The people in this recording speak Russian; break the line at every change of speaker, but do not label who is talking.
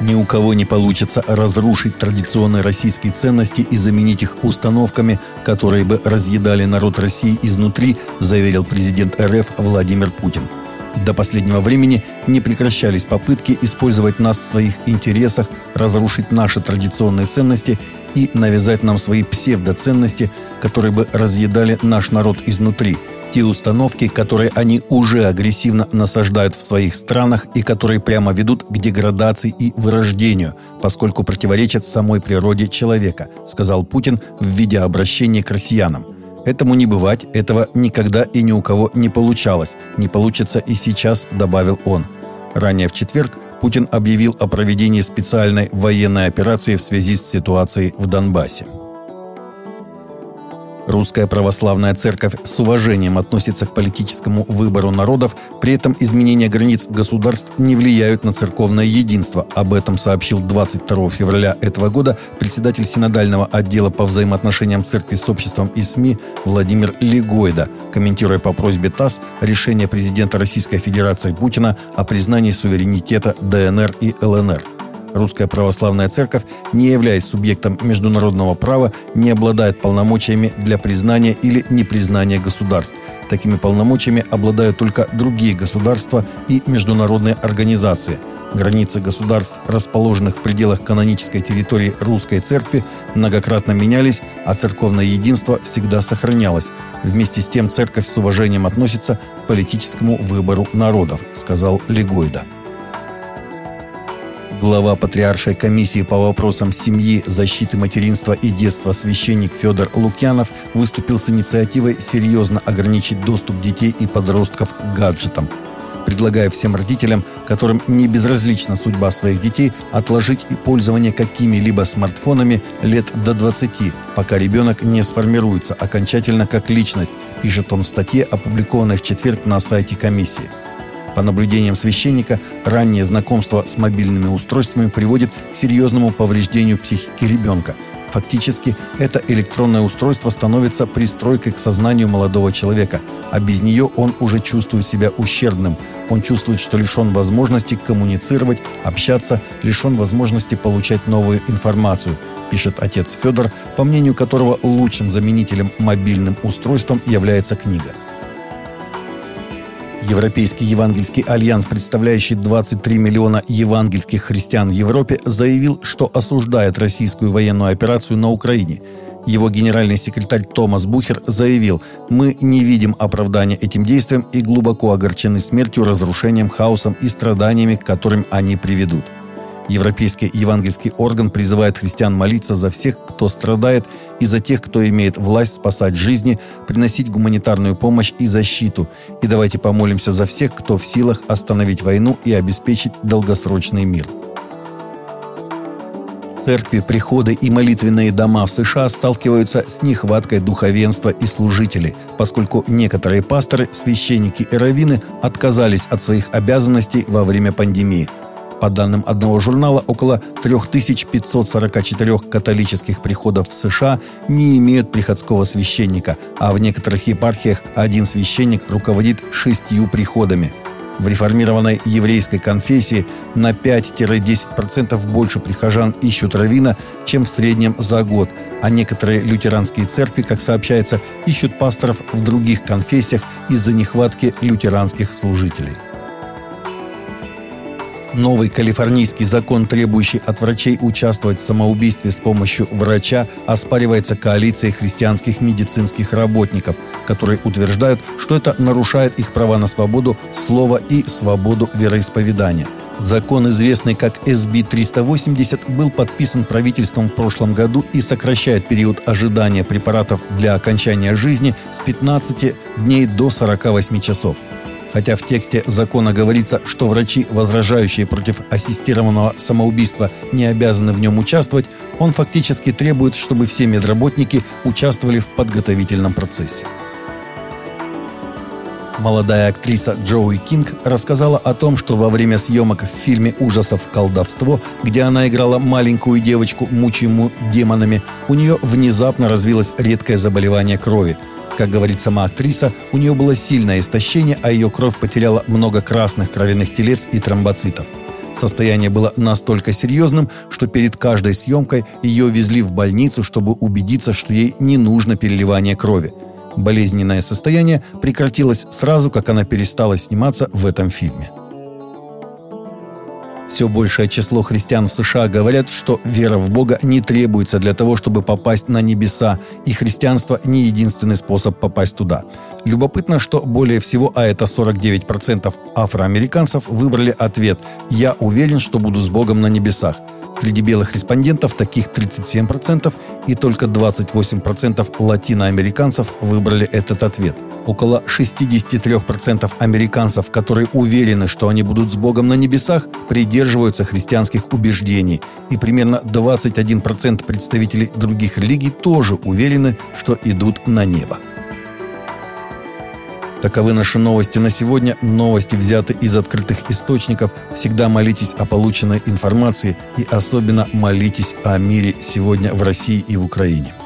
Ни у кого не получится разрушить традиционные российские ценности и заменить их установками, которые бы разъедали народ России изнутри, заверил президент РФ Владимир Путин. До последнего времени не прекращались попытки использовать нас в своих интересах, разрушить наши традиционные ценности и навязать нам свои псевдоценности, которые бы разъедали наш народ изнутри. Те установки, которые они уже агрессивно насаждают в своих странах и которые прямо ведут к деградации и вырождению, поскольку противоречат самой природе человека, сказал Путин в видеообращении к россиянам. Этому не бывать, этого никогда и ни у кого не получалось. Не получится и сейчас, добавил он. Ранее в четверг Путин объявил о проведении специальной военной операции в связи с ситуацией в Донбассе. Русская православная церковь с уважением относится к политическому выбору народов, при этом изменения границ государств не влияют на церковное единство. Об этом сообщил 22 февраля этого года председатель синодального отдела по взаимоотношениям церкви с обществом и СМИ Владимир Легойда, комментируя по просьбе ТАСС решение президента Российской Федерации Путина о признании суверенитета ДНР и ЛНР. Русская православная церковь, не являясь субъектом международного права, не обладает полномочиями для признания или непризнания государств. Такими полномочиями обладают только другие государства и международные организации. Границы государств, расположенных в пределах канонической территории Русской Церкви, многократно менялись, а церковное единство всегда сохранялось. Вместе с тем церковь с уважением относится к политическому выбору народов, сказал Легойда. Глава Патриаршей комиссии по вопросам семьи, защиты материнства и детства священник Федор Лукьянов выступил с инициативой серьезно ограничить доступ детей и подростков к гаджетам, предлагая всем родителям, которым не безразлична судьба своих детей, отложить и пользование какими-либо смартфонами лет до 20, пока ребенок не сформируется окончательно как личность, пишет он в статье, опубликованной в четверг на сайте комиссии. По наблюдениям священника, раннее знакомство с мобильными устройствами приводит к серьезному повреждению психики ребенка. Фактически, это электронное устройство становится пристройкой к сознанию молодого человека, а без нее он уже чувствует себя ущербным. Он чувствует, что лишен возможности коммуницировать, общаться, лишен возможности получать новую информацию, пишет отец Федор, по мнению которого лучшим заменителем мобильным устройством является книга. Европейский евангельский альянс, представляющий 23 миллиона евангельских христиан в Европе, заявил, что осуждает российскую военную операцию на Украине. Его генеральный секретарь Томас Бухер заявил: «Мы не видим оправдания этим действиям и глубоко огорчены смертью, разрушением, хаосом и страданиями, к которым они приведут». Европейский евангельский орган призывает христиан молиться за всех, кто страдает, и за тех, кто имеет власть спасать жизни, приносить гуманитарную помощь и защиту. И давайте помолимся за всех, кто в силах остановить войну и обеспечить долгосрочный мир. Церкви, приходы и молитвенные дома в США сталкиваются с нехваткой духовенства и служителей, поскольку некоторые пасторы, священники и раввины отказались от своих обязанностей во время пандемии. По данным одного журнала, около 3544 католических приходов в США не имеют приходского священника, а в некоторых епархиях один священник руководит 6 приходами. В реформированной еврейской конфессии на 5-10% больше прихожан ищут раввина, чем в среднем за год, а некоторые лютеранские церкви, как сообщается, ищут пасторов в других конфессиях из-за нехватки лютеранских служителей. Новый калифорнийский закон, требующий от врачей участвовать в самоубийстве с помощью врача, оспаривается коалицией христианских медицинских работников, которые утверждают, что это нарушает их права на свободу слова и свободу вероисповедания. Закон, известный как SB 380, был подписан правительством в прошлом году и сокращает период ожидания препаратов для окончания жизни с 15 дней до 48 часов. Хотя в тексте закона говорится, что врачи, возражающие против ассистированного самоубийства, не обязаны в нем участвовать, он фактически требует, чтобы все медработники участвовали в подготовительном процессе. Молодая актриса Джоуи Кинг рассказала о том, что во время съемок в фильме ужасов «Колдовство», где она играла маленькую девочку, мучаемую демонами, у нее внезапно развилось редкое заболевание крови. Как говорит сама актриса, у нее было сильное истощение, а ее кровь потеряла много красных кровяных телец и тромбоцитов. Состояние было настолько серьезным, что перед каждой съемкой ее везли в больницу, чтобы убедиться, что ей не нужно переливание крови. Болезненное состояние прекратилось сразу, как она перестала сниматься в этом фильме. Все большее число христиан в США говорят, что вера в Бога не требуется для того, чтобы попасть на небеса, и христианство не единственный способ попасть туда. Любопытно, что более всего, а это 49% афроамериканцев, выбрали ответ «Я уверен, что буду с Богом на небесах». Среди белых респондентов таких 37%, и только 28% латиноамериканцев выбрали этот ответ. Около 63% американцев, которые уверены, что они будут с Богом на небесах, придерживаются христианских убеждений. И примерно 21% представителей других религий тоже уверены, что идут на небо. Таковы наши новости на сегодня. Новости взяты из открытых источников. Всегда молитесь о полученной информации и особенно молитесь о мире сегодня в России и в Украине.